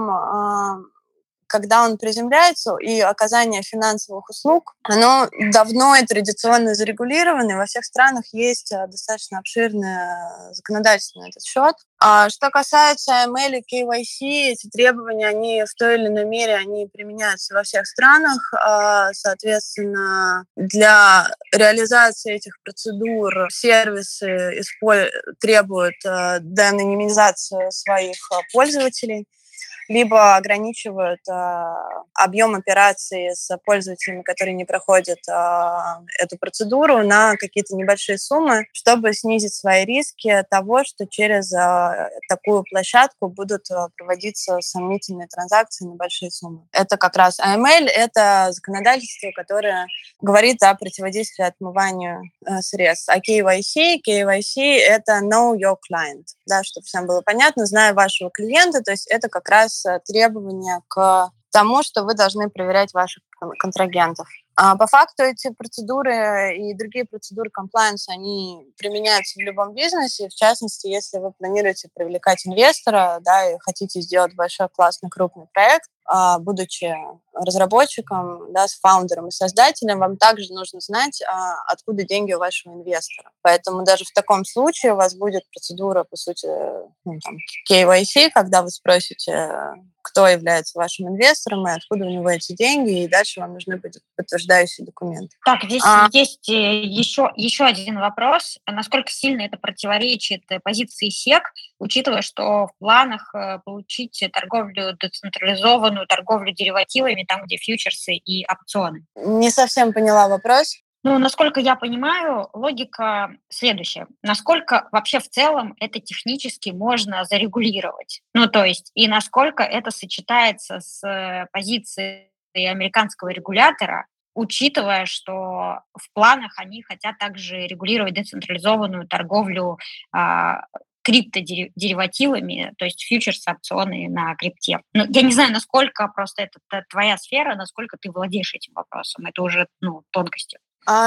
целом, когда он приземляется, и оказание финансовых услуг, оно давно и традиционно зарегулировано, и во всех странах есть достаточно обширное законодательство на этот счет. А что касается эй эм эл и кей вай си, эти требования, они в той или иной мере они применяются во всех странах. Соответственно, для реализации этих процедур сервисы требуют деанонимизацию своих пользователей, либо ограничивают э, объем операций с пользователями, которые не проходят э, эту процедуру, на какие-то небольшие суммы, чтобы снизить свои риски того, что через э, такую площадку будут э, проводиться сомнительные транзакции на большие суммы. Это как раз эй эм эл, это законодательство, которое говорит о противодействии отмыванию э, средств. А кей вай си, кей вай си — это Know Your Client, да, чтобы всем было понятно, зная вашего клиента, то есть это как раз требования к тому, что вы должны проверять ваших контрагентов. А по факту эти процедуры и другие процедуры комплаенса, они применяются в любом бизнесе. В частности, если вы планируете привлекать инвестора, да, и хотите сделать большой, классный, крупный проект, будучи разработчиком, да, с фаундером и создателем, вам также нужно знать, откуда деньги у вашего инвестора. Поэтому даже в таком случае у вас будет процедура, по сути, ну, там, кей вай си, когда вы спросите, кто является вашим инвестором и откуда у него эти деньги, и дальше вам нужны будут подтверждающие документы.
Так, здесь а... есть еще, еще один вопрос. Насколько сильно это противоречит позиции сек, учитывая, что в планах получить торговлю децентрализованную, торговлю деривативами, там, где фьючерсы и опционы?
Не совсем поняла вопрос.
Ну, насколько я понимаю, логика следующая. Насколько вообще в целом это технически можно зарегулировать? Ну, то есть, и насколько это сочетается с позицией американского регулятора, учитывая, что в планах они хотят также регулировать децентрализованную торговлю а, криптодеривативами, то есть фьючерсы, опционы на крипте. Ну, я не знаю, насколько просто это твоя сфера, насколько ты владеешь этим вопросом. Это уже, ну, тонкости.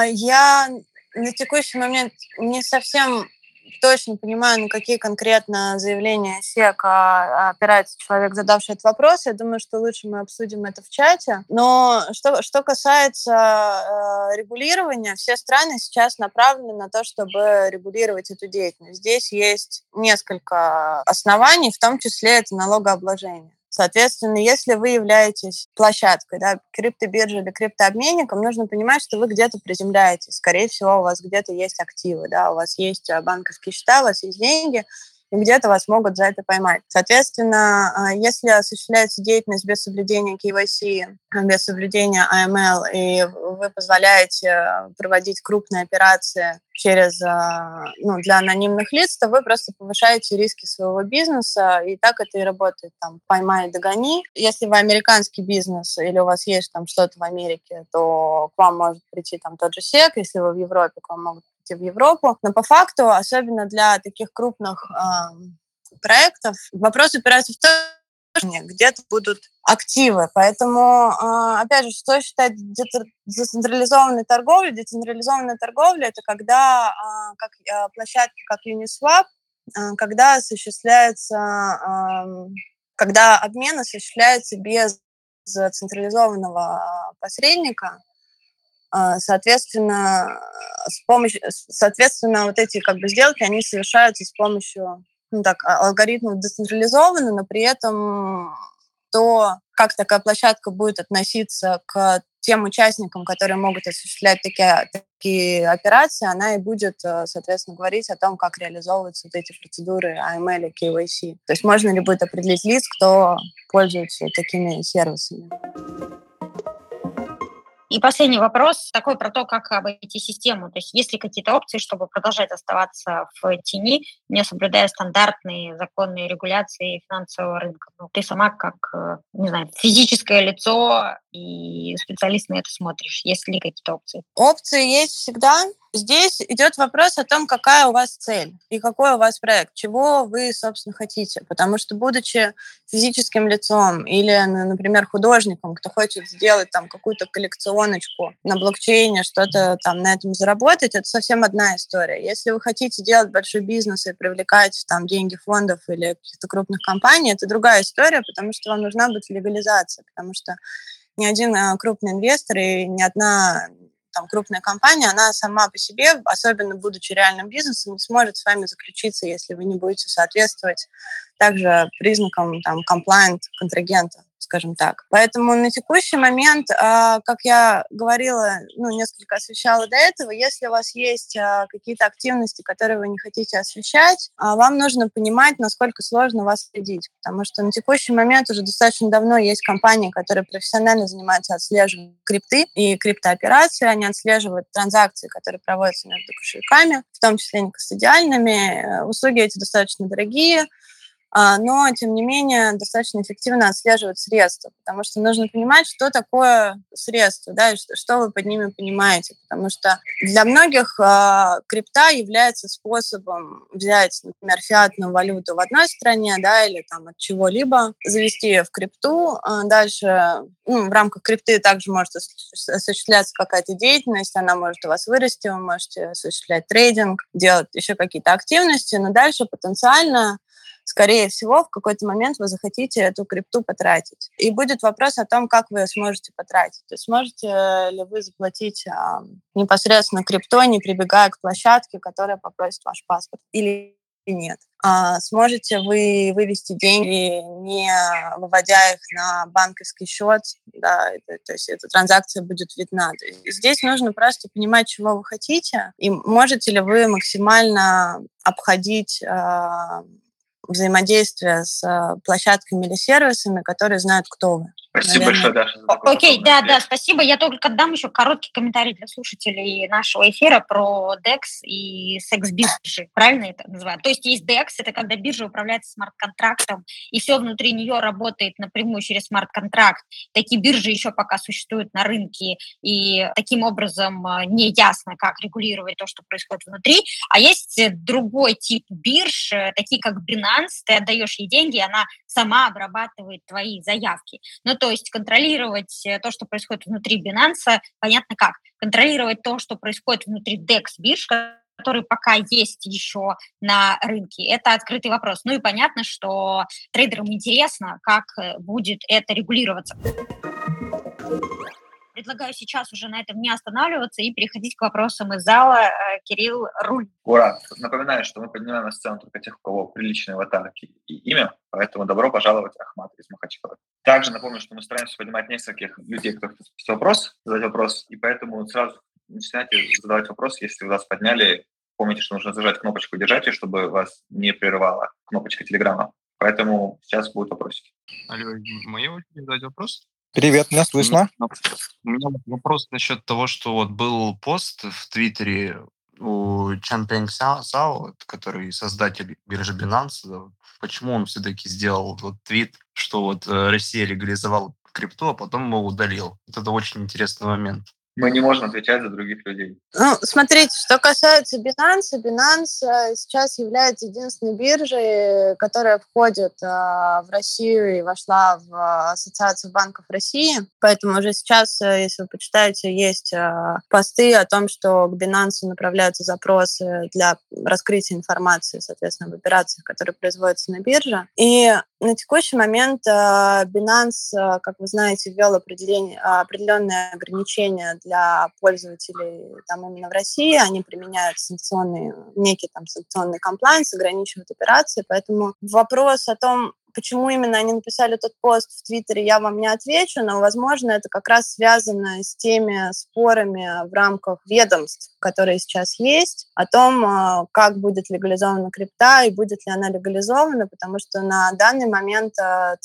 Я на текущий момент не совсем точно понимаю, на какие конкретно заявления сек опирается человек, задавший этот вопрос. Я думаю, что лучше мы обсудим это в чате. Но что, что касается э, регулирования, все страны сейчас направлены на то, чтобы регулировать эту деятельность. Здесь есть несколько оснований, в том числе это налогообложение. Соответственно, если вы являетесь площадкой, да, криптобиржей или криптообменником, нужно понимать, что вы где-то приземляетесь. Скорее всего, у вас где-то есть активы, да, у вас есть банковские счета, у вас есть деньги, и где-то вас могут за это поймать. Соответственно, если осуществляется деятельность без соблюдения кей вай си, без соблюдения эй эм эл, и вы позволяете проводить крупные операции через, ну, для анонимных лиц, то вы просто повышаете риски своего бизнеса, и так это и работает. Там, поймай, догони. Если вы американский бизнес или у вас есть там что-то в Америке, то к вам может прийти там тот же сек, если вы в Европе, к вам могут в Европу. Но по факту, особенно для таких крупных э, проектов, вопрос упирается в то, что где-то будут активы. Поэтому, э, опять же, что считать децентрализованной торговлей? Децентрализованная торговля – это когда э, как, э, площадки, как Uniswap, э, когда осуществляется, э, когда обмен осуществляется без централизованного посредника. Соответственно, с помощью, соответственно, вот эти как бы сделки, они совершаются с помощью, ну так, алгоритмов децентрализованно, но при этом то, как такая площадка будет относиться к тем участникам, которые могут осуществлять такие, такие операции, она и будет, соответственно, говорить о том, как реализовываются вот эти процедуры эй эм эл и кей вай си. То есть можно ли будет определить лиц, кто пользуется такими сервисами.
И последний вопрос такой про то, как обойти систему. То есть есть ли какие-то опции, чтобы продолжать оставаться в тени, не соблюдая стандартные законные регуляции финансового рынка? Ну, ты сама как, не знаю, физическое лицо и специалист на это смотришь. Есть ли какие-то опции?
Опции есть всегда. Здесь идет вопрос о том, какая у вас цель и какой у вас проект, чего вы, собственно, хотите. Потому что, будучи физическим лицом или, например, художником, кто хочет сделать там какую-то коллекционочку на блокчейне, что-то там на этом заработать, это совсем одна история. Если вы хотите делать большой бизнес и привлекать там деньги фондов или каких-то крупных компаний, это другая история, потому что вам нужна будет легализация, потому что ни один крупный инвестор и ни одна там, крупная компания, она сама по себе, особенно будучи реальным бизнесом, не сможет с вами заключиться, если вы не будете соответствовать также признакам там, compliant-контрагента, скажем так. Поэтому на текущий момент, как я говорила, ну, несколько освещала до этого, если у вас есть какие-то активности, которые вы не хотите освещать, вам нужно понимать, насколько сложно вас следить, потому что на текущий момент уже достаточно давно есть компании, которые профессионально занимаются отслеживанием крипты и криптоопераций, они отслеживают транзакции, которые проводятся между кошельками, в том числе некастодиальными. Услуги эти достаточно дорогие, но, тем не менее, достаточно эффективно отслеживать средства, потому что нужно понимать, что такое средство, да, и что, что вы под ними понимаете, потому что для многих э, крипта является способом взять, например, фиатную валюту в одной стране, да, или там от чего-либо, завести ее в крипту, а дальше ну, в рамках крипты также может осуществляться какая-то деятельность, она может у вас вырасти, вы можете осуществлять трейдинг, делать еще какие-то активности, но дальше потенциально скорее всего, в какой-то момент вы захотите эту крипту потратить. И будет вопрос о том, как вы ее сможете потратить. То есть сможете ли вы заплатить а, непосредственно криптой, не прибегая к площадке, которая попросит ваш паспорт, или нет. А сможете вы вывести деньги, не выводя их на банковский счет, да, это, то есть эта транзакция будет видна. То есть здесь нужно просто понимать, чего вы хотите, и можете ли вы максимально обходить а, взаимодействие с площадками или сервисами, которые знают, кто вы.
Спасибо
Наверное.
большое, Даша, за такой
Окей, да,
ответ.
да, спасибо. Я только дам еще короткий комментарий для слушателей нашего эфира про декс и секс-биржи. Правильно это называют? То есть есть декс, это когда биржа управляется смарт-контрактом, и все внутри нее работает напрямую через смарт-контракт. Такие биржи еще пока существуют на рынке, и таким образом не ясно, как регулировать то, что происходит внутри. А есть другой тип бирж, такие как Binance, ты отдаешь ей деньги, и она сама обрабатывает твои заявки. Ну, то есть контролировать то, что происходит внутри Binance, понятно как. Контролировать то, что происходит внутри декс-бирж, которые пока есть еще на рынке, это открытый вопрос. Ну и понятно, что трейдерам интересно, как будет это регулироваться. предлагаю сейчас уже на этом не останавливаться и переходить к вопросам из зала. Кирилл, руль.
Ура! Напоминаю, что мы поднимаем на сцену только тех, у кого приличные аватарки и имя, поэтому добро пожаловать, Ахмат из Махачкалы. Также напомню, что мы стараемся поднимать нескольких людей, кто хочет вопрос, задать вопрос, и поэтому сразу начинайте задавать вопрос, если вы вас подняли. Помните, что нужно зажать кнопочку «Держите», чтобы вас не прерывала кнопочка Телеграма. Поэтому сейчас будут вопросики.
Алло, моя очередь задать вопрос?
Привет, меня слышно?
У меня вопрос насчет того, что вот был пост в Твиттере у Чанпeng Сао, который создатель биржи Binance. Почему он все-таки сделал вот твит, что вот Россия легализовала крипту, а потом его удалил? Вот это очень интересный момент.
Мы не можем отвечать за других людей.
Ну, смотрите, что касается Binance, Binance сейчас является единственной биржей, которая входит в Россию и вошла в Ассоциацию банков России. Поэтому уже сейчас, если вы почитаете, есть посты о том, что к Binance направляются запросы для раскрытия информации, соответственно, об операциях, которые производятся на бирже. И на текущий момент Binance, как вы знаете, ввел определенные ограничения для пользователей там именно в России. Они применяют санкционный, некий там санкционный комплайнс, ограничивают операции. Поэтому вопрос о том, почему именно они написали этот пост в Твиттере, я вам не отвечу, но, возможно, это как раз связано с теми спорами в рамках ведомств, которые сейчас есть, о том, как будет легализована крипта и будет ли она легализована, потому что на данный момент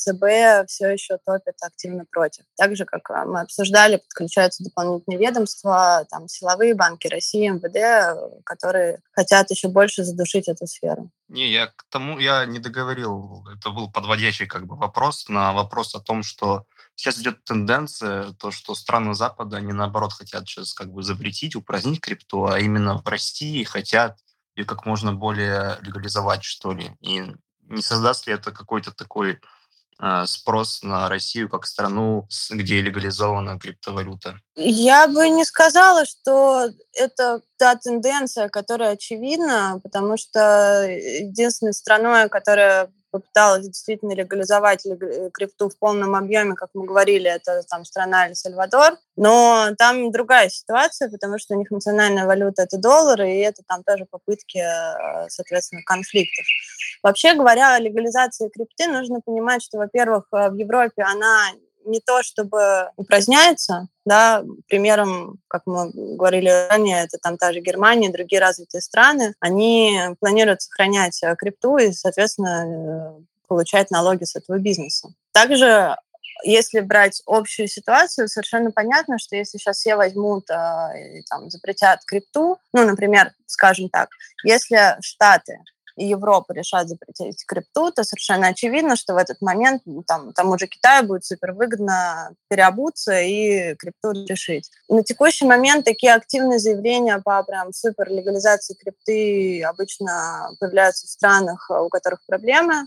ЦБ все еще топит активно против. Так же, как мы обсуждали, подключаются дополнительные ведомства, там, силовые банки России, эм вэ дэ, которые хотят еще больше задушить эту сферу.
Не, я к тому, я не договорил. Это был подводящий как бы вопрос на вопрос о том, что сейчас идет тенденция, то, что страны Запада, они наоборот хотят сейчас как бы запретить, упразднить крипту, а именно в России хотят ее как можно более легализовать, что ли. И не создаст ли это какой-то такой э, спрос на Россию как страну, где легализована криптовалюта?
Я бы не сказала, что это та тенденция, которая очевидна, потому что единственной страной, которая попыталась действительно легализовать крипту в полном объеме, как мы говорили, это там страна Эль-Сальвадор, но там другая ситуация, потому что у них национальная валюта – это доллар, и это там тоже попытки, соответственно, конфликтов. Вообще говоря, о легализации крипты нужно понимать, что, во-первых, в Европе она не то чтобы упраздняется, да, примером, как мы говорили ранее, это там та же Германия, другие развитые страны, они планируют сохранять крипту и, соответственно, получать налоги с этого бизнеса. Также, если брать общую ситуацию, совершенно понятно, что если сейчас все возьмут и там, запретят крипту, ну, например, скажем так, если Штаты и Европа решат запретить крипту, то совершенно очевидно, что в этот момент там, тому же Китаю будет супервыгодно переобуться и крипту решить. На текущий момент такие активные заявления по прям суперлегализации крипты обычно появляются в странах, у которых проблемы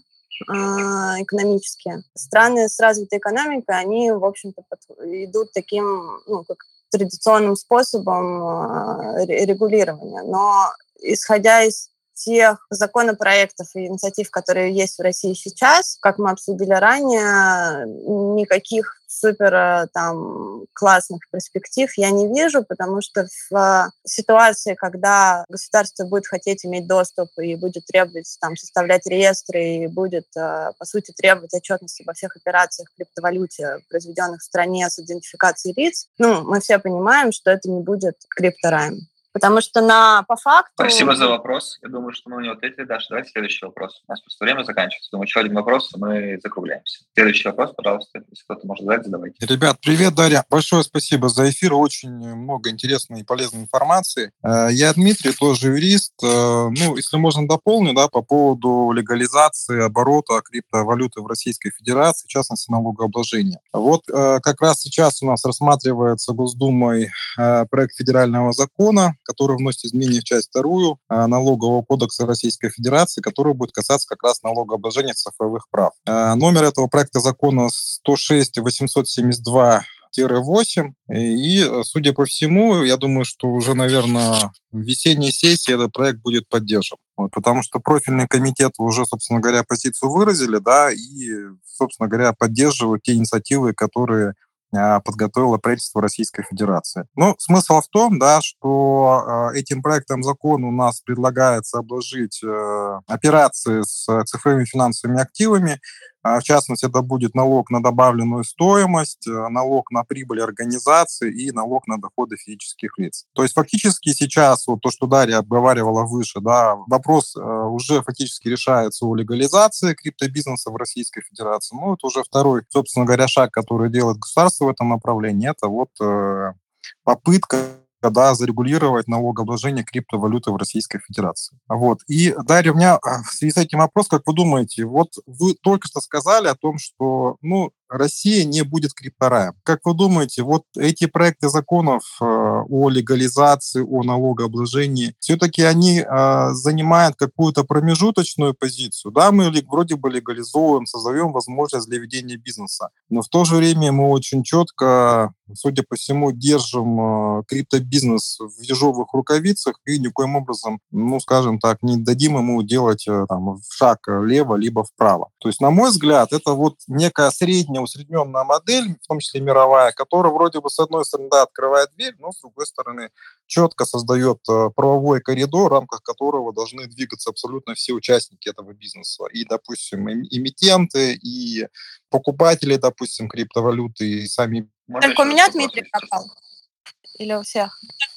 экономические. Страны с развитой экономикой, они, в общем-то, идут таким, ну, как традиционным способом регулирования. Но исходя из тех законопроектов и инициатив, которые есть в России сейчас, как мы обсудили ранее, никаких супер там классных перспектив я не вижу, потому что в ситуации, когда государство будет хотеть иметь доступ и будет требовать там составлять реестры и будет, по сути, требовать отчетности обо всех операциях в криптовалюте, произведенных в стране с идентификацией лиц, ну, мы все понимаем, что это не будет криптораем. Потому что на, по факту...
Спасибо за вопрос. Я думаю, что мы на него ответили. Даша, давайте следующий вопрос. У нас просто время заканчивается. Думаю, еще один вопрос, и мы закругляемся. Следующий вопрос, пожалуйста, если кто-то может задать, задавайте.
Ребят, привет, Дарья. Большое спасибо за эфир. Очень много интересной и полезной информации. Я Дмитрий, тоже юрист. Ну, если можно, дополню, да, по поводу легализации оборота криптовалюты в Российской Федерации, в частности, налогообложения. Вот как раз сейчас у нас рассматривается Госдумой проект федерального закона, который вносит изменения в часть вторую Налогового кодекса Российской Федерации, который будет касаться как раз налогообложения цифровых прав. Номер этого проекта закона сто шесть восемьсот семьдесят два восемь. И, судя по всему, я думаю, что уже, наверное, в весенней сессии этот проект будет поддержан. Вот, потому что профильный комитет уже, собственно говоря, позицию выразили, да, и, собственно говоря, поддерживают те инициативы, которые подготовило правительство Российской Федерации. Ну, смысл в том, да, что этим проектом закона у нас предлагается обложить операции с цифровыми финансовыми активами. В частности, это будет налог на добавленную стоимость, налог на прибыль организации и налог на доходы физических лиц. То есть фактически сейчас, вот то, что Дарья обговаривала выше, да, вопрос уже фактически решается о легализации криптобизнеса в Российской Федерации. Ну, это уже второй, собственно говоря, шаг, который делает государство в этом направлении. Это вот попытка да, зарегулировать налогообложение криптовалюты в Российской Федерации. Вот. И, Дарья, у меня в связи с этим вопрос, как вы думаете, вот вы только что сказали о том, что, ну, Россия не будет криптораем. Как вы думаете, вот эти проекты законов э, о легализации, о налогообложении, все-таки они э, занимают какую-то промежуточную позицию? Да, мы вроде бы легализуем, создаем возможность для ведения бизнеса, но в то же время мы очень четко, судя по всему, держим э, криптобизнес в ежовых рукавицах и никоим образом, ну, скажем так, не дадим ему делать э, там, шаг лево либо вправо. То есть, на мой взгляд, это вот некая средняя усредненная модель, в том числе мировая, которая вроде бы с одной стороны да, открывает дверь, но с другой стороны четко создает правовой коридор, в рамках которого должны двигаться абсолютно все участники этого бизнеса. И, допустим, эмитенты, и покупатели, допустим, криптовалюты, и сами...
Только у меня Дмитрий пропал? Или у всех?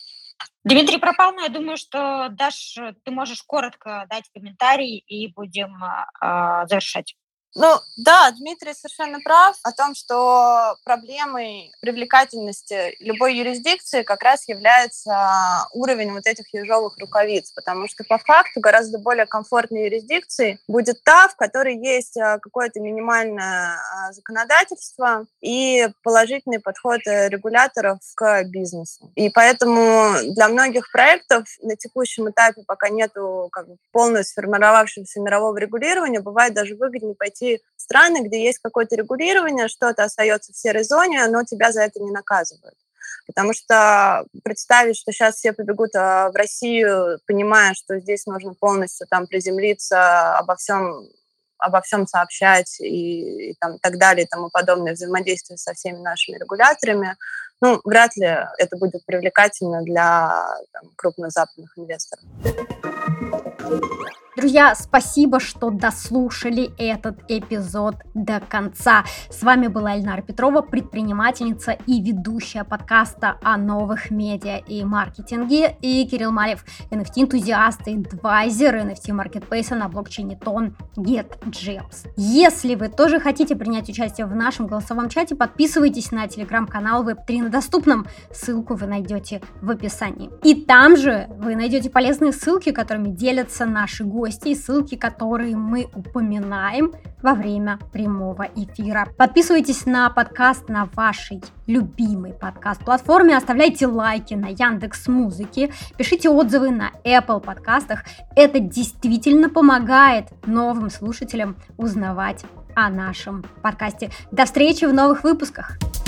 Дмитрий пропал, но я думаю, что, Даш, ты можешь коротко дать комментарий, и будем э, завершать.
Ну да, Дмитрий совершенно прав о том, что проблемой привлекательности любой юрисдикции как раз является уровень вот этих ежовых рукавиц, потому что по факту гораздо более комфортной юрисдикцией будет та, в которой есть какое-то минимальное законодательство и положительный подход регуляторов к бизнесу. И поэтому для многих проектов на текущем этапе, пока нету как бы полностью сформировавшегося мирового регулирования, бывает даже выгоднее пойти в страны, где есть какое-то регулирование, что-то остается в серой зоне, но тебя за это не наказывают. Потому что представить, что сейчас все побегут в Россию, понимая, что здесь нужно полностью там приземлиться, обо всем, обо всем сообщать и, и там, так далее, и тому подобное, взаимодействие со всеми нашими регуляторами, ну, вряд ли это будет привлекательно для там, крупных западных инвесторов.
Друзья, спасибо, что дослушали этот эпизод до конца. С вами была Эльнара Петрова, предпринимательница и ведущая подкаста о новых медиа и маркетинге, и Кирилл Малев, эн эф ти-энтузиаст и адвайзер эн эф ти-маркетплейса на блокчейне Тон GetGems. Если вы тоже хотите принять участие в нашем голосовом чате, подписывайтесь на телеграм-канал веб три на доступном. Ссылку вы найдете в описании. И там же вы найдете полезные ссылки, которыми делятся наши гости, и ссылки, которые мы упоминаем во время прямого эфира. Подписывайтесь на подкаст на вашей любимой подкаст-платформе, оставляйте лайки на Яндекс.Музыке, пишите отзывы на Apple подкастах. Это действительно помогает новым слушателям узнавать о нашем подкасте. До встречи в новых выпусках!